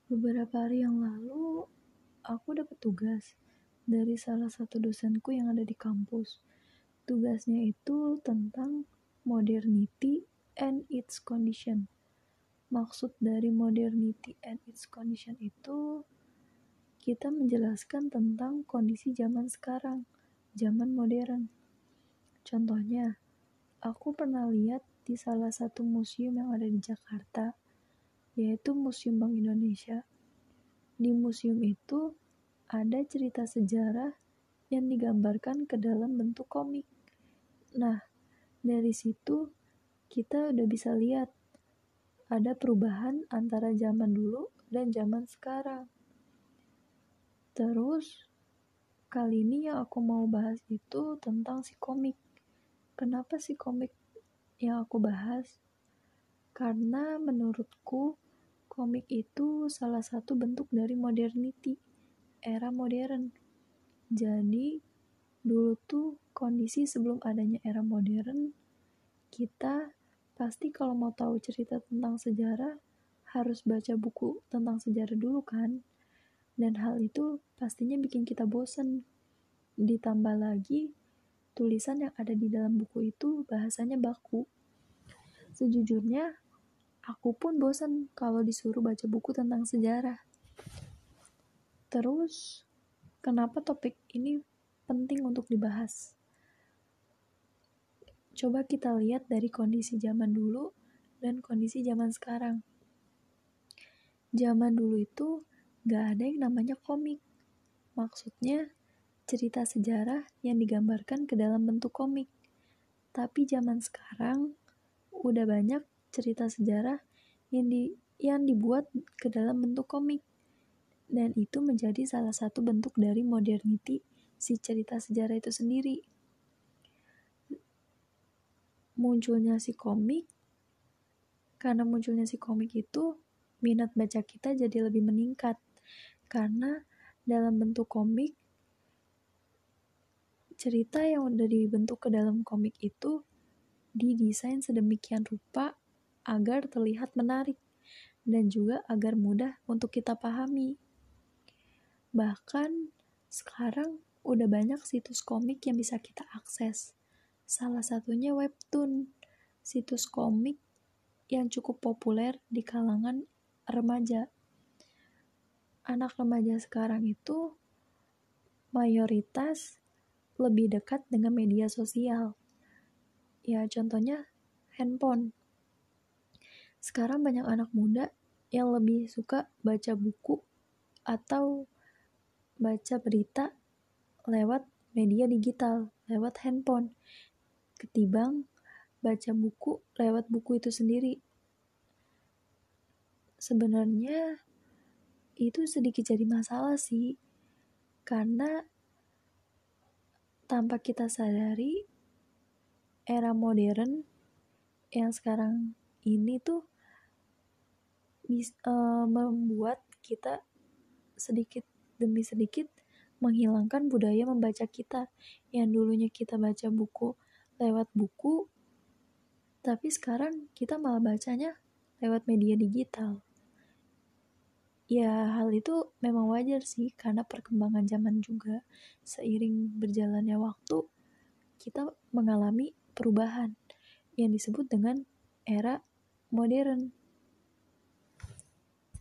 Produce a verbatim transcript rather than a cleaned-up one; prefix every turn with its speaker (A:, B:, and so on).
A: Beberapa hari yang lalu, aku dapat tugas dari salah satu dosenku yang ada di kampus. Tugasnya itu tentang modernity and its condition. Maksud dari modernity and its condition itu, kita menjelaskan tentang kondisi zaman sekarang, zaman modern. Contohnya, aku pernah lihat di salah satu museum yang ada di Jakarta, yaitu Museum Bank Indonesia. Di museum itu ada cerita sejarah yang digambarkan ke dalam bentuk komik. Nah, dari situ kita udah bisa lihat ada perubahan antara zaman dulu dan zaman sekarang. Terus, kali ini yang aku mau bahas itu tentang si komik. Kenapa si komik yang aku bahas? Karena menurutku komik itu salah satu bentuk dari modernity, era modern. Jadi, dulu tuh kondisi sebelum adanya era modern, kita pasti kalau mau tahu cerita tentang sejarah, harus baca buku tentang sejarah dulu kan? Dan hal itu pastinya bikin kita bosen. Ditambah lagi, tulisan yang ada di dalam buku itu bahasanya baku. Sejujurnya, aku pun bosan kalau disuruh baca buku tentang sejarah. Terus, kenapa topik ini penting untuk dibahas? Coba kita lihat dari kondisi zaman dulu dan kondisi zaman sekarang. Zaman dulu itu gak ada yang namanya komik. Maksudnya, cerita sejarah yang digambarkan ke dalam bentuk komik. Tapi zaman sekarang, udah banyak cerita sejarah yang, di, yang dibuat ke dalam bentuk komik. Dan itu menjadi salah satu bentuk dari modernity si cerita sejarah itu sendiri. Munculnya si komik, karena munculnya si komik itu, minat baca kita jadi lebih meningkat. Karena dalam bentuk komik, cerita yang udah dibentuk ke dalam komik itu didesain sedemikian rupa agar terlihat menarik dan juga agar mudah untuk kita pahami. Bahkan sekarang udah banyak situs komik yang bisa kita akses. Salah satunya webtoon, situs komik yang cukup populer di kalangan remaja. Anak remaja sekarang itu mayoritas lebih dekat dengan media sosial. Ya contohnya handphone. Sekarang banyak anak muda yang lebih suka baca buku atau baca berita lewat media digital, lewat handphone, ketimbang baca buku lewat buku itu sendiri. Sebenarnya itu sedikit jadi masalah sih, karena tanpa kita sadari, era modern yang sekarang ini tuh bis, uh, membuat kita sedikit demi sedikit menghilangkan budaya membaca kita. Yang dulunya kita baca buku lewat buku, tapi sekarang kita malah bacanya lewat media digital. Ya hal itu memang wajar sih, karena perkembangan zaman juga. Seiring berjalannya waktu, kita mengalami perubahan yang disebut dengan era modern.